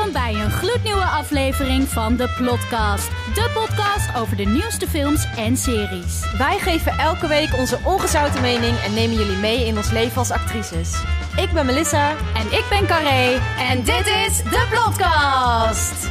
Welkom bij een gloednieuwe aflevering van de Plotcast. De podcast over de nieuwste films en series. Wij geven elke week onze ongezouten mening en nemen jullie mee in ons leven als actrices. Ik ben Melissa. En ik ben Carré. En dit is de Plotcast.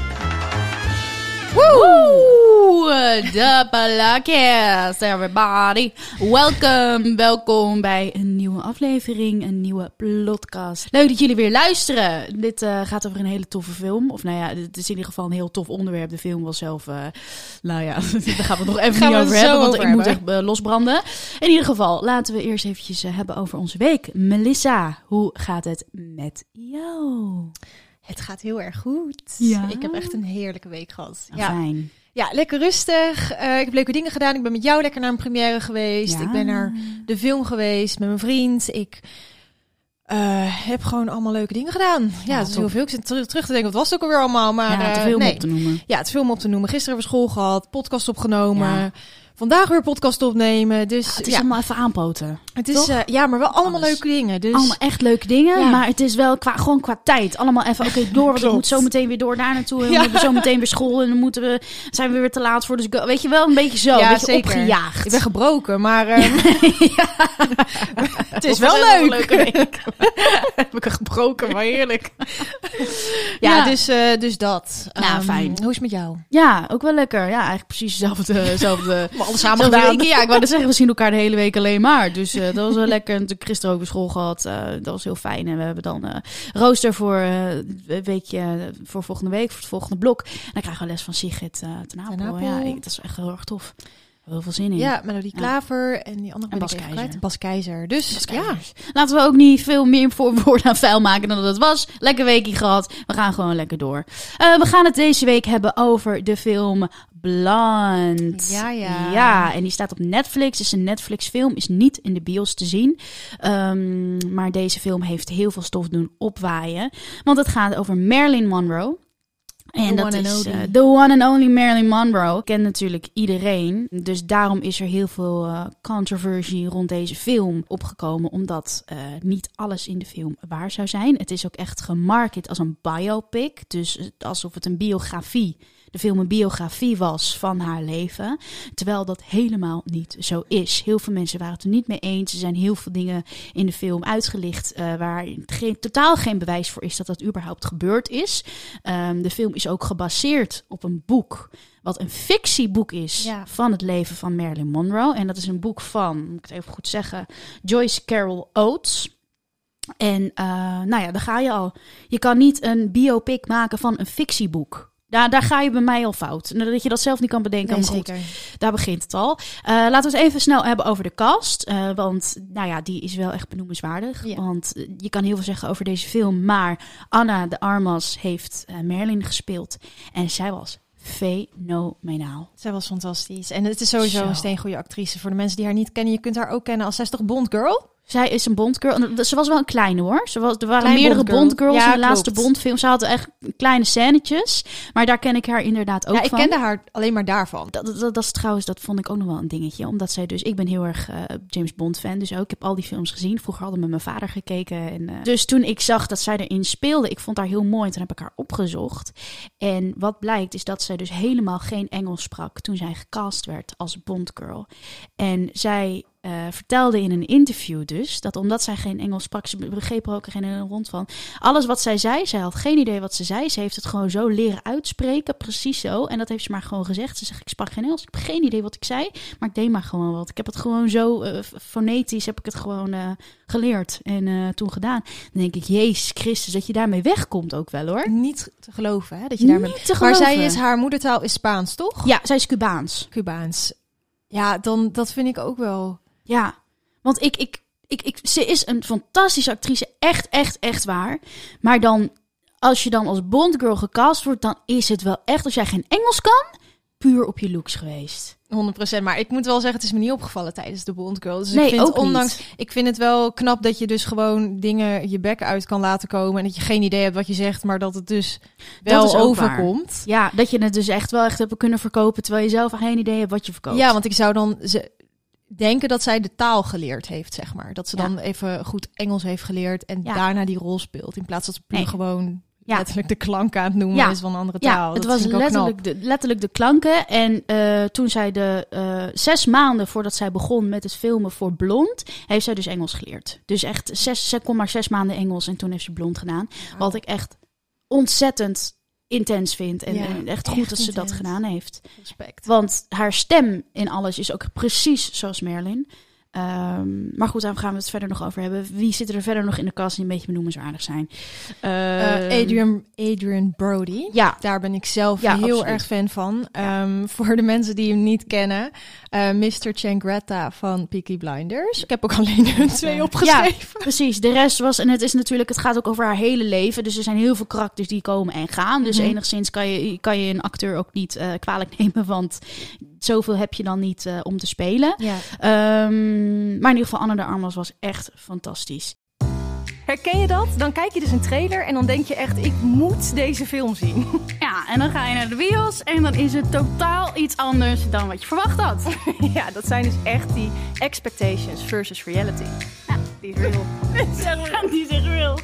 Woe! De Plotcast, everybody. Welkom bij een nieuwe aflevering, een nieuwe Plotcast. Leuk dat jullie weer luisteren. Dit gaat over een hele toffe film. Of nou ja, het is in ieder geval een heel tof onderwerp. De film was zelf, nou ja, daar gaan we het nog even niet over hebben, want ik moet echt losbranden. In ieder geval, laten we eerst eventjes hebben over onze week. Melissa, hoe gaat het met jou? Het gaat heel erg goed. Ja? Ik heb echt een heerlijke week gehad. Ja. Fijn. Ja, lekker rustig. Ik heb leuke dingen gedaan. Ik ben met jou lekker naar een première geweest. Ja. Ik ben naar de film geweest met mijn vriend. Ik heb gewoon allemaal leuke dingen gedaan. Ja, het is heel veel. Ik zit terug te denken, wat was het ook alweer allemaal? Maar, te veel om op te noemen. Ja, te veel om op te noemen. Gisteren hebben we school gehad, podcast opgenomen. Ja. Vandaag weer podcast opnemen. Dus het is allemaal even aanpoten. Het is maar wel allemaal leuke dingen. Dus allemaal echt leuke dingen, maar het is wel gewoon qua tijd. Allemaal even door, want ik moet zo meteen weer door daar naartoe. En we hebben zo meteen weer school en dan zijn we weer te laat voor. Dus weet je wel, een beetje zo, een beetje zeker. Opgejaagd. Ik ben gebroken, maar het is wel leuk. Heb ik er gebroken, maar heerlijk. Dus dat. Fijn. Hoe is het met jou? Ja, ook wel lekker. Ja, eigenlijk precies dezelfde alles samen gedaan. Ja, ik wou dat zeggen, we zien elkaar de hele week alleen maar. Dus dat was wel lekker. En toen Christen ook weer school gehad. Dat was heel fijn. En we hebben dan rooster voor een weekje voor volgende week, voor het volgende blok. En dan krijgen we les van Sigrid ten Apel. Ja, dat is echt heel erg tof. Heel veel zin in. Ja, Melodie Klaver en die andere Bas Keizer. Dus ja. Laten we ook niet veel meer woorden aan vuil maken dan dat het was. Lekker weekje gehad. We gaan gewoon lekker door. We gaan het deze week hebben over de film Blonde. Ja, en die staat op Netflix. Het is een Netflix film. Is niet in de bios te zien. Maar deze film heeft heel veel stof doen opwaaien. Want het gaat over Marilyn Monroe. En dat is the one and only Marilyn Monroe. Kent natuurlijk iedereen. Dus daarom is er heel veel controversie rond deze film opgekomen. Omdat niet alles in de film waar zou zijn. Het is ook echt gemarket als een biopic. Dus alsof het een biografie, de film een biografie was van haar leven. Terwijl dat helemaal niet zo is. Heel veel mensen waren het er niet mee eens. Er zijn heel veel dingen in de film uitgelicht waar totaal geen bewijs voor is dat dat überhaupt gebeurd is. De film is ook gebaseerd op een boek, wat een fictieboek is van het leven van Marilyn Monroe. En dat is een boek van, moet ik het even goed zeggen, Joyce Carol Oates. En daar ga je al. Je kan niet een biopic maken van een fictieboek. Daar ga je bij mij al fout. Dat je dat zelf niet kan bedenken. Nee, maar goed, daar begint het al. Laten we het even snel hebben over de cast. Want die is wel echt benoemenswaardig. Ja. Want je kan heel veel zeggen over deze film. Maar Ana de Armas heeft Marilyn gespeeld. En zij was fenomenaal. Zij was fantastisch. En het is sowieso een steengoede actrice. Voor de mensen die haar niet kennen, je kunt haar ook kennen als 60 Bond Girl. Zij is een Bondgirl. Ze was wel een kleine hoor. Er waren meerdere Bondgirls in de laatste Bondfilm. Ze had echt kleine scènetjes. Maar daar ken ik haar inderdaad ook van. Ja, ik kende haar alleen maar daarvan. Dat is trouwens, dat vond ik ook nog wel een dingetje. Omdat zij dus, ik ben heel erg James Bond fan. Dus ook, ik heb al die films gezien. Vroeger hadden we met mijn vader gekeken. En, dus toen ik zag dat zij erin speelde, ik vond haar heel mooi. En toen heb ik haar opgezocht. En wat blijkt is dat zij dus helemaal geen Engels sprak toen zij gecast werd als Bondgirl. En zij vertelde in een interview dus, dat omdat zij geen Engels sprak, ze begreep er ook geen rond van. Alles wat zij zei, zij had geen idee wat ze zei. Ze heeft het gewoon zo leren uitspreken, precies zo. En dat heeft ze maar gewoon gezegd. Ze zegt, ik sprak geen Engels, ik heb geen idee wat ik zei, maar ik deed maar gewoon wat. Ik heb het gewoon zo, fonetisch heb ik het gewoon geleerd en toen gedaan. Dan denk ik, Jezus Christus, dat je daarmee wegkomt ook wel hoor. Niet te geloven, hè? Dat je daarmee. Maar zij is, haar moedertaal is Spaans, toch? Ja, zij is Cubaans. Ja, dan dat vind ik ook wel. Ja, want ze is een fantastische actrice. Echt waar. Maar dan, als je dan als Bondgirl gecast wordt, dan is het wel echt, als jij geen Engels kan, puur op je looks geweest. 100%. Maar ik moet wel zeggen, het is me niet opgevallen tijdens de Bondgirl. Dus nee, ik vind ook ondanks niet. Ik vind het wel knap dat je dus gewoon dingen je bek uit kan laten komen. En dat je geen idee hebt wat je zegt, maar dat het dus wel overkomt. Waar. Ja, dat je het dus echt wel echt hebt kunnen verkopen, terwijl je zelf geen idee hebt wat je verkoopt. Ja, want ik zou dan denken dat zij de taal geleerd heeft, zeg maar. Dat ze dan even goed Engels heeft geleerd en daarna die rol speelt. In plaats dat ze puur gewoon letterlijk de klanken aan het noemen is van een andere taal. Ja, het was letterlijk de klanken. En toen zij 6 maanden voordat zij begon met het filmen voor Blond, heeft zij dus Engels geleerd. Dus echt, zij kon maar 6 maanden Engels en toen heeft ze Blond gedaan. Wat ik echt ontzettend intens vind. En echt goed dat ze dat gedaan heeft. Respect. Want haar stem in alles is ook precies zoals Marilyn. Maar goed, daar gaan we het verder nog over hebben. Wie zit er verder nog in de cast die een beetje benoemenswaardig zijn? Adrian Brody. Ja. Daar ben ik zelf heel erg fan van. Voor de mensen die hem niet kennen. Mr. Changretta van Peaky Blinders. Ik heb ook alleen hun 2 opgeschreven. Ja, precies. De rest was... En het gaat ook over haar hele leven. Dus er zijn heel veel karakters die komen en gaan. Dus enigszins kan je een acteur ook niet kwalijk nemen. Want zoveel heb je dan niet om te spelen. Ja. Maar in ieder geval Anna de Armas was echt fantastisch. Herken je dat? Dan kijk je dus een trailer en dan denk je echt, ik moet deze film zien. Ja, en dan ga je naar de bios en dan is het totaal iets anders dan wat je verwacht had. Ja, dat zijn dus echt die expectations versus reality. Ja, die is real. Die is echt real.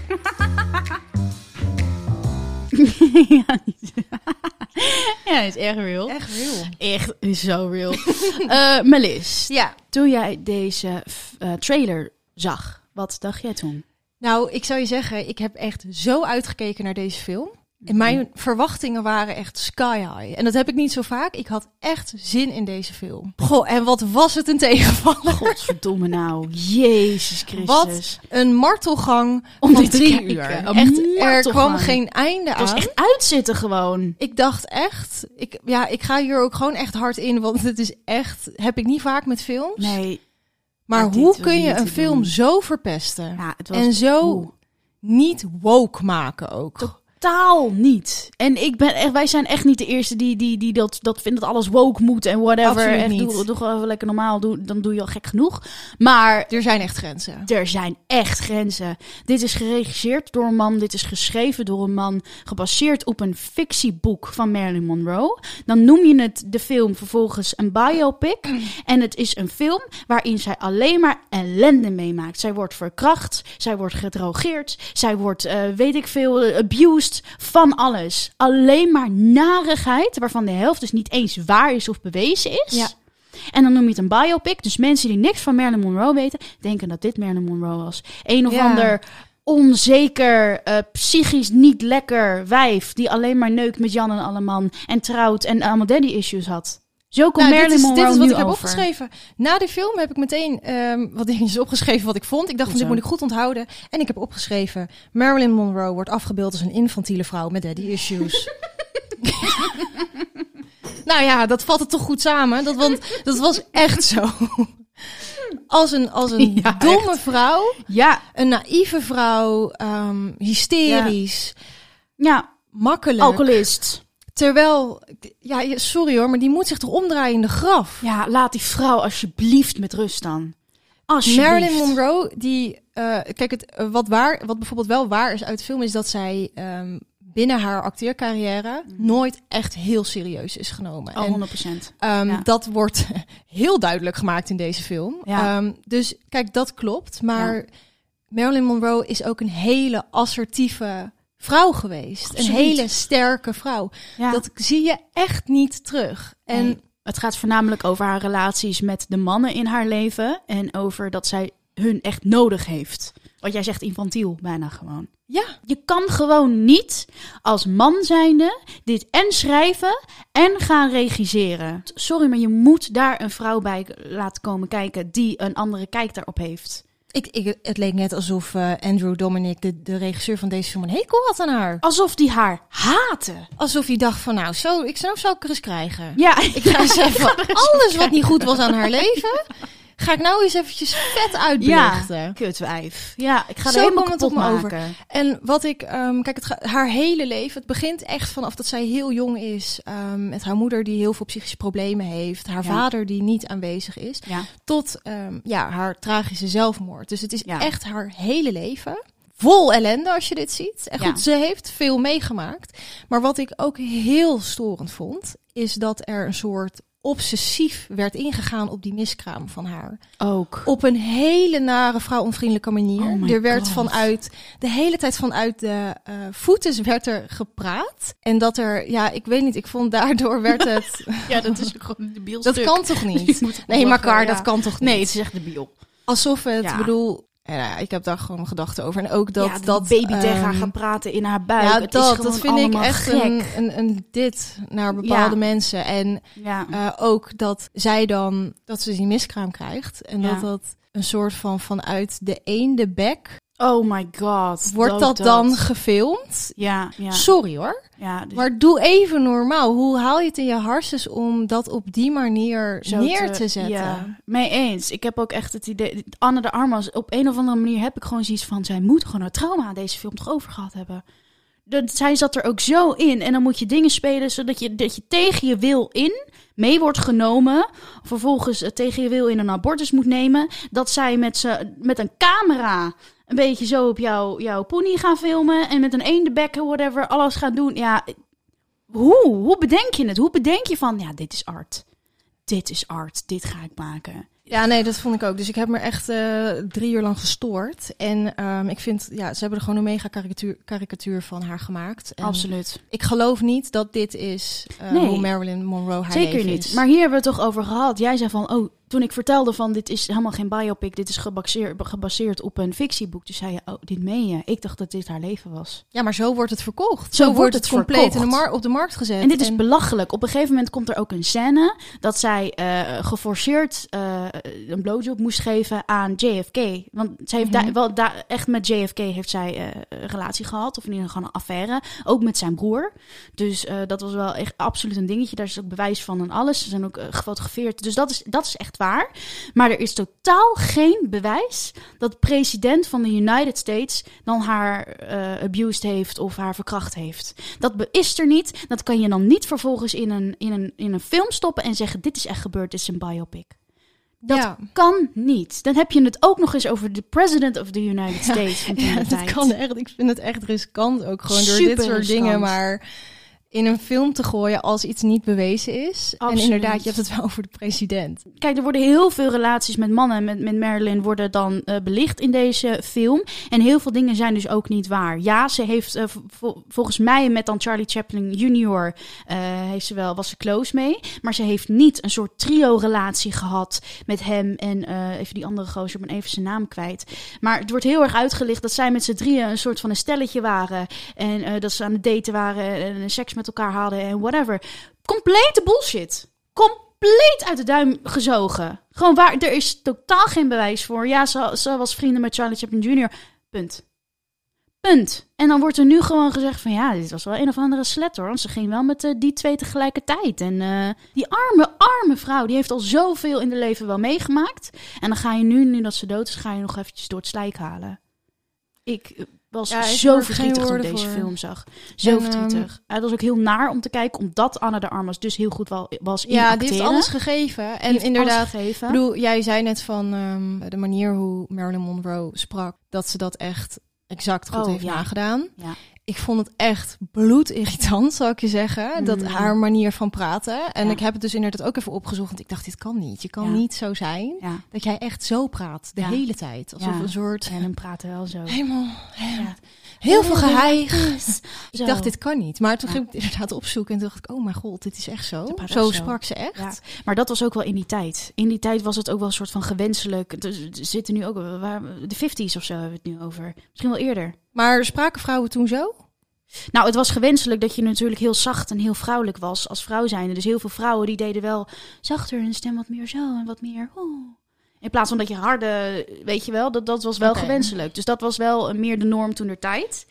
Ja, is echt real. Echt real. Echt zo real. Melis, toen jij deze trailer zag, wat dacht jij toen? Nou, ik zou je zeggen, ik heb echt zo uitgekeken naar deze film. En mijn verwachtingen waren echt sky high. En dat heb ik niet zo vaak. Ik had echt zin in deze film. Goh, en wat was het een tegenvaller. Godverdomme nou. Jezus Christus. Wat een martelgang van 3 uur. Echt, er kwam geen einde aan. Het was echt uitzitten gewoon. Ik dacht echt, ik ga hier ook gewoon echt hard in. Want het is echt, heb ik niet vaak met films. Nee. Maar hoe kun je een film zo verpesten? Ja, het was en zo niet woke maken ook. Totaal niet. En wij zijn echt niet de eerste die dat vindt dat alles woke moet en whatever. Absoluut en niet. Doe gewoon even lekker normaal, dan doe je al gek genoeg. Maar er zijn echt grenzen. Er zijn echt grenzen. Dit is geregisseerd door een man, dit is geschreven door een man, gebaseerd op een fictieboek van Marilyn Monroe. Dan noem je het de film vervolgens een biopic. En het is een film waarin zij alleen maar ellende meemaakt. Zij wordt verkracht, zij wordt gedrogeerd, zij wordt, abused. Van alles. Alleen maar narigheid, waarvan de helft dus niet eens waar is of bewezen is. Ja. En dan noem je het een biopic. Dus mensen die niks van Marilyn Monroe weten, denken dat dit Marilyn Monroe was. Een of ander onzeker, psychisch niet lekker wijf die alleen maar neukt met Jan en Alleman en trouwt en allemaal daddy issues had. Zo komt Marilyn Monroe dit is wat nu ik heb over. Opgeschreven. Na de film heb ik meteen wat dingetjes opgeschreven wat ik vond. Ik dacht van dit moet ik goed onthouden. En ik heb opgeschreven, Marilyn Monroe wordt afgebeeld als een infantiele vrouw met daddy issues. Nou ja, dat vat het toch goed samen. Dat was echt zo. Als een domme echt vrouw. Ja. Een naïeve vrouw. Hysterisch. Ja. Makkelijk. Alcoholist. Terwijl, sorry hoor, maar die moet zich toch omdraaien in de graf. Ja, laat die vrouw alsjeblieft met rust dan. Alsjeblieft. Marilyn Monroe, die, wat bijvoorbeeld wel waar is uit de film, is dat zij binnen haar acteercarrière nooit echt heel serieus is genomen. Oh, 100%. Dat wordt heel duidelijk gemaakt in deze film. Ja. Dus kijk, dat klopt. Maar Marilyn Monroe is ook een hele assertieve vrouw geweest. Absoluut. Een hele sterke vrouw. Ja. Dat zie je echt niet terug. En het gaat voornamelijk over haar relaties met de mannen in haar leven. En over dat zij hun echt nodig heeft. Wat jij zegt, infantiel bijna gewoon. Ja. Je kan gewoon niet als man zijnde dit en schrijven en gaan regisseren. Sorry, maar je moet daar een vrouw bij laten komen kijken die een andere kijk daarop heeft. Het leek net alsof Andrew Dominik, de regisseur van deze film, een hekel had aan haar. Alsof die haar haatte. Alsof hij dacht van zou ik er eens krijgen. Ja. Ik ga eens even alles wat niet goed was aan haar leven, ga ik nou eens eventjes vet uitbelichten. Ja, kutwijf. Ja, ik ga er helemaal kapot maken. Over. En wat ik, haar hele leven, het begint echt vanaf dat zij heel jong is, met haar moeder die heel veel psychische problemen heeft, haar vader die niet aanwezig is, tot haar tragische zelfmoord. Dus het is echt haar hele leven. Vol ellende als je dit ziet. En goed, ze heeft veel meegemaakt. Maar wat ik ook heel storend vond, is dat er een soort obsessief werd ingegaan op die miskraam van haar. Ook. Op een hele nare, vrouwonvriendelijke manier. Oh er werd de hele tijd vanuit de voetens werd er gepraat. En dat er, ik weet niet, ik vond daardoor werd het... Ja, dat is ook gewoon een debiel Dat stuk. kan toch niet? Nee, maar dat kan toch niet? Nee, het is echt debiel. Alsof het, ik heb daar gewoon gedachten over. En ook dat baby tegen haar gaat praten in haar buik. Ja, het dat vind ik echt gek. een dit naar bepaalde mensen. En ook dat zij dan, dat ze die miskraam krijgt. En dat een soort van vanuit de eende bek. Oh my god. Wordt dat dan gefilmd? Ja. Sorry hoor. Ja, dus maar doe even normaal. Hoe haal je het in je hersens om dat op die manier neer te zetten? Ja, mee eens. Ik heb ook echt het idee... Anne de Armas, op een of andere manier heb ik gewoon zoiets van... Zij moet gewoon een trauma aan deze film toch over gehad hebben. Zij zat er ook zo in. En dan moet je dingen spelen zodat je tegen je wil in mee wordt genomen. Vervolgens tegen je wil in een abortus moet nemen. Dat zij met een camera... een beetje zo op jouw pony gaan filmen... en met een eendenbekken, whatever, alles gaan doen. Ja, hoe bedenk je het? Hoe bedenk je van, dit is art. Dit is art, dit ga ik maken. Ja, nee, dat vond ik ook. Dus ik heb me echt 3 uur lang gestoord. En ik vind, ze hebben er gewoon een mega karikatuur van haar gemaakt. En absoluut. Ik geloof niet dat dit is hoe Marilyn Monroe haar zeker leven niet. is. Maar hier hebben we het toch over gehad. Jij zei van, toen ik vertelde van dit is helemaal geen biopic, dit is gebaseerd op een fictieboek. Toen zei je, dit meen je. Ik dacht dat dit haar leven was. Ja, maar zo wordt het verkocht. Zo wordt het compleet op de markt gezet. En dit is belachelijk. Op een gegeven moment komt er ook een scène dat zij geforceerd een blowjob moest geven aan JFK. Want zij heeft echt met JFK heeft zij een relatie gehad. Of in ieder geval een affaire. Ook met zijn broer. Dus dat was wel echt absoluut een dingetje. Daar is ook bewijs van en alles. Ze zijn ook gefotografeerd. Dus dat is echt waar. Maar er is totaal geen bewijs dat de president van de United States dan haar abused heeft of haar verkracht heeft. Dat is er niet. Dat kan je dan niet vervolgens in een film stoppen en zeggen, dit is echt gebeurd, dit is een biopic. Dat kan niet. Dan heb je het ook nog eens over de president of the United States. Dat kan echt. Ik vind het echt riskant ook gewoon door dit soort dingen, maar in een film te gooien als iets niet bewezen is. Absoluut. En inderdaad, je hebt het wel over de president. Kijk, er worden heel veel relaties met mannen met Marilyn worden dan belicht in deze film. En heel veel dingen zijn dus ook niet waar. Ja, ze heeft volgens mij met dan Charlie Chaplin Jr. Was ze close mee. Maar ze heeft niet een soort trio-relatie gehad met hem en even die andere gozer, ik ben even zijn naam kwijt. Maar het wordt heel erg uitgelicht dat zij met z'n drieën een soort van een stelletje waren. En dat ze aan het daten waren en seks met elkaar hadden en whatever. Complete bullshit. Compleet uit de duim gezogen. Gewoon waar, er is totaal geen bewijs voor. Ja, ze was vrienden met Charlie Chaplin Jr. Punt. En dan wordt er nu gewoon gezegd van dit was wel een of andere slet hoor. Want ze ging wel met die twee tegelijkertijd. En die arme vrouw, die heeft al zoveel in haar leven wel meegemaakt. En dan ga je nu dat ze dood is, ga je nog eventjes door het slijk halen. Ik was zo verdrietig toen ik deze film zag. Zo verdrietig. Het was ook heel naar om te kijken, omdat Anne de Armas dus heel goed was in acteren. Die heeft alles gegeven. En inderdaad, ik bedoel, jij zei net van de manier hoe Marilyn Monroe sprak, dat ze dat echt exact goed heeft nagedaan. Ja. Ik vond het echt bloedirritant, zou ik je zeggen. Dat haar manier van praten. En ik heb het dus inderdaad ook even opgezocht. Want ik dacht, dit kan niet. Je kan niet zo zijn dat jij echt zo praat. De hele tijd. Alsof een soort... En hem praten wel zo. Helemaal heel veel geheig. Ik dacht, dit kan niet. Maar toen ging ik het inderdaad opzoeken. En toen dacht ik, oh mijn god, dit is echt zo. Zo sprak ze echt. Ja. Maar dat was ook wel in die tijd. In die tijd was het ook wel een soort van gewenselijk. Er zitten nu ook... De 50s of zo hebben we het nu over. Misschien wel eerder. Maar spraken vrouwen toen zo? Nou, het was gewenselijk dat je natuurlijk heel zacht en heel vrouwelijk was als vrouw zijnde. Dus heel veel vrouwen die deden wel zachter hun stem wat meer zo en wat meer... In plaats van dat je harde, weet je wel, dat was wel gewenselijk. Dus dat was wel meer de norm toen der tijd.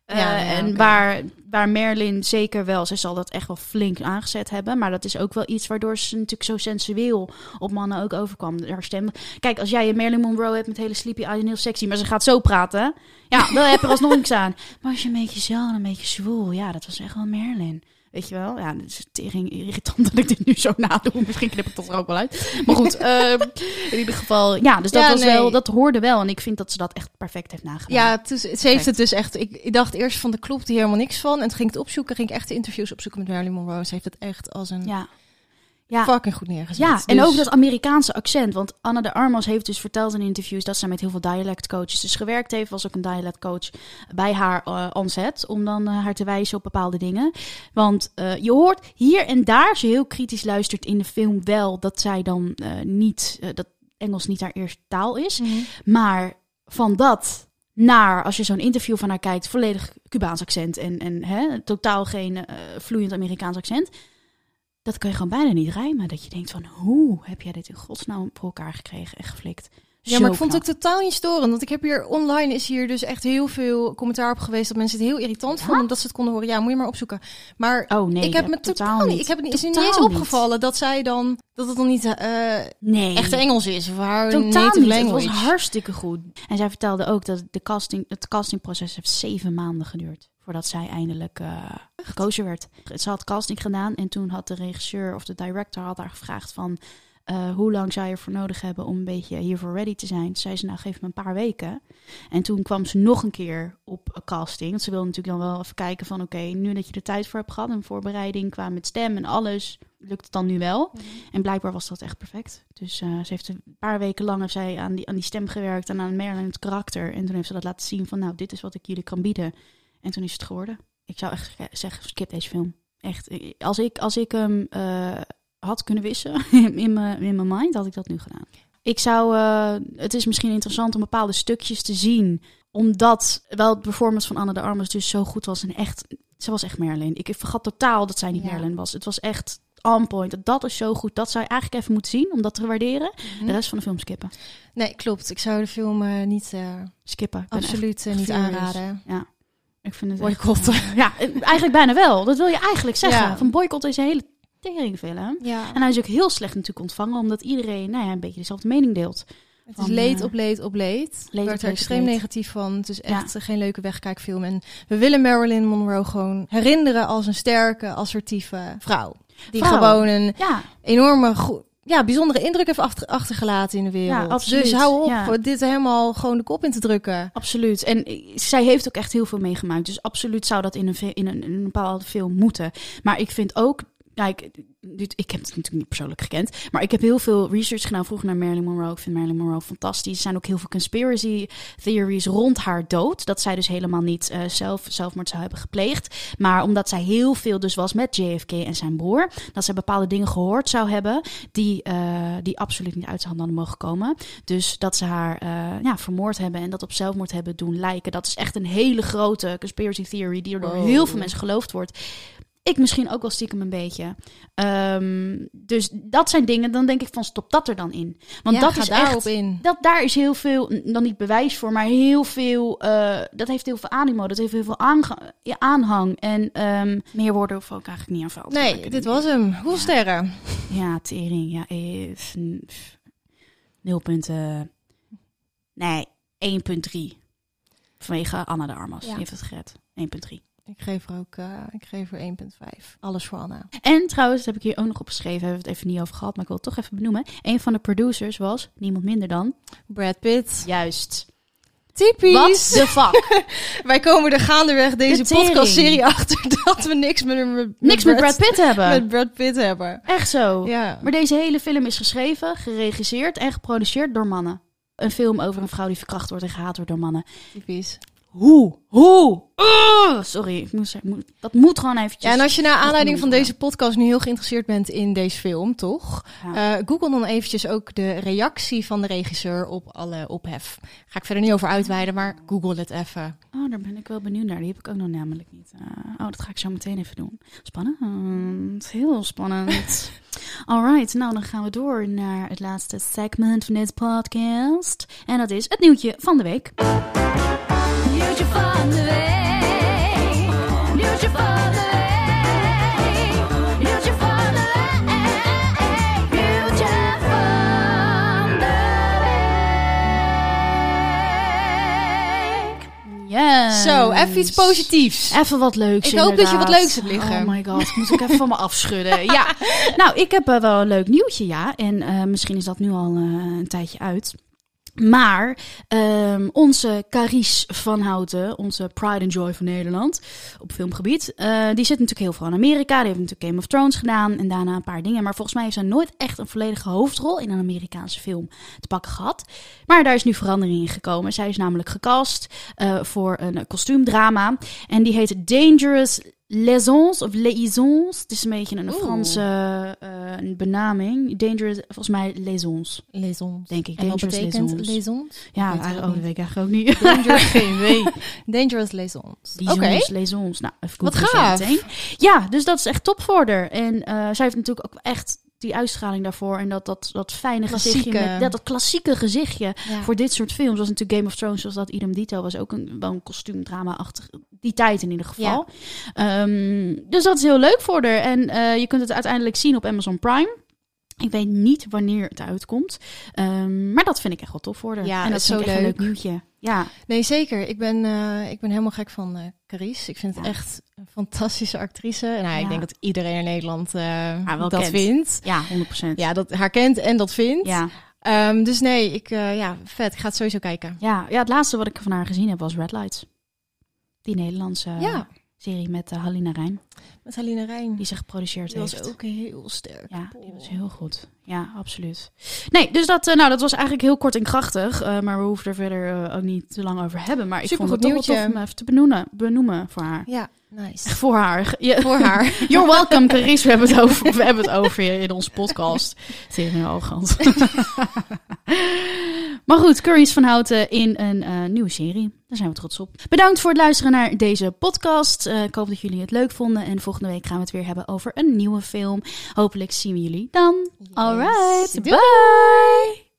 Waar Marilyn zeker wel, zij zal dat echt wel flink aangezet hebben. Maar dat is ook wel iets waardoor ze natuurlijk zo sensueel op mannen ook overkwam. Haar stem. Kijk, als jij een Marilyn Monroe hebt met hele sleepy eyes en heel sexy, maar ze gaat zo praten. Ja, dan heb je er alsnog niks aan. Maar als je een beetje zo en een beetje zwoel, dat was echt wel Marilyn. Weet je wel? Ja, het is tering irritant dat ik dit nu zo nadoe. Misschien knip ik dat er ook wel uit. Maar goed, in ieder geval... dus dat wel, dat hoorde wel. En ik vind dat ze dat echt perfect heeft nagedaan. Ja, ze heeft het dus echt... Ik dacht eerst van, er klopt hier helemaal niks van. En toen ging ik het opzoeken. Ging ik echt de interviews opzoeken met Marilyn Monroe. Ze heeft het echt als een... fucking goed neergezet. Ja, dus... en ook dat Amerikaanse accent. Want Ana de Armas heeft dus verteld in interviews dat zij met heel veel dialectcoaches dus gewerkt heeft. Was ook een dialectcoach bij haar on-set om dan haar te wijzen op bepaalde dingen. Want je hoort hier en daar, als je heel kritisch luistert in de film, wel dat zij dan dat Engels niet haar eerste taal is. Mm-hmm. Maar van dat naar, als je zo'n interview van haar kijkt, volledig Cubaans accent en totaal geen vloeiend Amerikaans accent. Dat kan je gewoon bijna niet rijmen. Dat je denkt van, hoe heb jij dit in godsnaam voor elkaar gekregen en geflikt? Ja, maar ik vond het ook totaal niet storend. Want ik heb hier online is hier dus echt heel veel commentaar op geweest dat mensen het heel irritant vonden omdat ze het konden horen. Ja, moet je maar opzoeken. Maar ik heb me totaal niet. Ik heb het niet eens opgevallen dat zij dan dat het dan niet echt Engels is of haar native language. Het was hartstikke goed. En zij vertelde ook dat het castingproces heeft 7 maanden geduurd voordat zij eindelijk gekozen werd. Ze had casting gedaan en toen had de regisseur of de director had haar gevraagd van hoe lang zou je ervoor nodig hebben om een beetje hiervoor ready te zijn? Toen zei ze, nou geef me een paar weken. En toen kwam ze nog een keer op casting. Want ze wilde natuurlijk dan wel even kijken van oké, nu dat je er tijd voor hebt gehad en voorbereiding qua met stem en alles, lukt het dan nu wel? Mm-hmm. En blijkbaar was dat echt perfect. Dus ze heeft een paar weken lang heeft zij aan die stem gewerkt en aan Marilyn het karakter. En toen heeft ze dat laten zien van nou, dit is wat ik jullie kan bieden. En toen is het geworden. Ik zou echt zeggen, skip deze film. Echt, als ik hem had kunnen wissen in mijn mind, had ik dat nu gedaan. Ik zou, het is misschien interessant om bepaalde stukjes te zien, omdat wel de performance van Ana de Armas dus zo goed was en echt, ze was echt Marilyn. Ik vergat totaal dat zij niet Marilyn was. Het was echt on point. Dat is zo goed. Dat zou je eigenlijk even moeten zien om dat te waarderen. Mm-hmm. De rest van de film skippen. Nee, klopt. Ik zou de film niet skippen. Absoluut niet aanraden. Ja. Ik vind het boycotten. Ja, eigenlijk bijna wel. Dat wil je eigenlijk zeggen. Ja. Van boycott is een hele teringfilm. Ja. En hij is ook heel slecht natuurlijk ontvangen, omdat iedereen een beetje dezelfde mening deelt. Het is leed op leed op leed. Ik werd er extreem negatief van. Het is echt geen leuke wegkijkfilm. En we willen Marilyn Monroe gewoon herinneren als een sterke, assertieve vrouw. Die gewoon een enorme bijzondere indruk heeft achtergelaten in de wereld. Ja, absoluut. Dus hou op dit helemaal gewoon de kop in te drukken. Absoluut. En zij heeft ook echt heel veel meegemaakt. Dus absoluut zou dat in een bepaalde film moeten. Maar ik vind ook, kijk, ik heb het natuurlijk niet persoonlijk gekend, maar ik heb heel veel research gedaan vroeger naar Marilyn Monroe. Ik vind Marilyn Monroe fantastisch. Er zijn ook heel veel conspiracy theories rond haar dood. Dat zij dus helemaal niet zelfmoord zou hebben gepleegd. Maar omdat zij heel veel dus was met JFK en zijn broer, dat zij bepaalde dingen gehoord zou hebben die absoluut niet uit zijn handen hadden mogen komen. Dus dat ze haar vermoord hebben en dat op zelfmoord hebben doen lijken. Dat is echt een hele grote conspiracy theory die er door heel veel mensen geloofd wordt. Ik misschien ook wel stiekem een beetje. Dus dat zijn dingen, dan denk ik van stop dat er dan in. Want dat is echt, daar is heel veel, dan niet bewijs voor, maar heel veel, dat heeft heel veel animo, dat heeft heel veel aanhang. En meer woorden hoef ik ook eigenlijk niet aan vuil te maken. Nee, dit was hem. Hoeveel sterren? Ja, tering. Ja, 0 punten. Nee, 1,3. Vanwege Ana de Armas. Die heeft het gered. 1,3. Ik geef er 1,5. Alles voor Anna. En trouwens, dat heb ik hier ook nog opgeschreven. Hebben we het even niet over gehad, maar ik wil het toch even benoemen. Een van de producers was niemand minder dan Brad Pitt. Juist. Typisch. What the fuck? Wij komen er gaandeweg deze podcastserie achter dat we niks met Brad Pitt hebben. Met Brad Pitt hebben. Echt zo. Ja. Maar deze hele film is geschreven, geregisseerd en geproduceerd door mannen. Een film over een vrouw die verkracht wordt en gehaat wordt door mannen. Typisch. Hoe? Sorry, dat moet gewoon eventjes. Ja, en als je naar aanleiding van deze podcast nu heel geïnteresseerd bent in deze film, toch? Ja. Google dan eventjes ook de reactie van de regisseur op alle ophef. Ga ik verder niet over uitweiden, maar Google het even. Oh, daar ben ik wel benieuwd naar. Die heb ik ook nog namelijk niet. Dat ga ik zo meteen even doen. Spannend. Heel spannend. Alright, nou dan gaan we door naar het laatste segment van deze podcast. En dat is het nieuwtje van de week. Nieuwtje van de week. Nieuwtje van de week. Nieuwtje van de week. Nieuwtje van de week. Yes. Zo, even iets positiefs. Even wat leuks. Ik hoop dat je wat leuks hebt liggen. Oh my god, moet ik even van me afschudden. Ja, nou, ik heb wel een leuk nieuwtje, ja. En misschien is dat nu al een tijdje uit. Maar onze Carice van Houten, onze pride and joy van Nederland op filmgebied, die zit natuurlijk heel veel in Amerika. Die heeft natuurlijk Game of Thrones gedaan en daarna een paar dingen. Maar volgens mij heeft zij nooit echt een volledige hoofdrol in een Amerikaanse film te pakken gehad. Maar daar is nu verandering in gekomen. Zij is namelijk gecast voor een kostuumdrama. En die heet Dangerous Liaisons of Liaisons. Het is een beetje een Franse benaming. Dangerous, volgens mij Liaisons. Liaisons. Denk ik. En wat Dangerous betekent liaisons? Ja, dat weet ik eigenlijk ook niet. Dangerous Liaisons. Dangerous Liaisons. Nou, even wat googlen gaaf. meteen. Ja, dus dat is echt top voor haar. En zij heeft natuurlijk ook echt die uitstraling daarvoor. En dat fijne gezichtje. Met dat klassieke gezichtje voor dit soort films. Zoals natuurlijk Game of Thrones, zoals dat idem dito was ook wel een kostuumdrama-achtig. Die tijd in ieder geval. Ja. Dus dat is heel leuk voor haar. En je kunt het uiteindelijk zien op Amazon Prime. Ik weet niet wanneer het uitkomt. Maar dat vind ik echt wel tof voor haar. Ja, en dat is vind zo ik echt leuk. een leuk nieuwtje. Ja. Nee, zeker. Ik ben helemaal gek van Carice. Ik vind het echt een fantastische actrice. Nou, ik denk dat iedereen in Nederland wel dat kent. vindt. Ja, 100%. Ja, dat haar kent en dat vindt. Ja. Dus nee, vet. Ik ga het sowieso kijken. Ja, het laatste wat ik van haar gezien heb was Red Lights. Die Nederlandse serie met Halina Rijn. Met Halina Rijn. Die ze geproduceerd die heeft. was ook heel sterk. Ja, die was heel goed. Ja, absoluut. Nee, dus dat was eigenlijk heel kort en krachtig. Maar we hoeven er verder ook niet te lang over hebben. Maar ik vond het toch wel tof om even te benoemen voor haar. Ja, nice. Voor haar. Ja. Voor haar. You're welcome, Carice. We hebben het over je in onze podcast. Tegen arrogant. Maar goed, Carice van Houten in een nieuwe serie. Daar zijn we trots op. Bedankt voor het luisteren naar deze podcast. Ik hoop dat jullie het leuk vonden. En volgende week gaan we het weer hebben over een nieuwe film. Hopelijk zien we jullie dan. Yes. Alright, Doei. bye!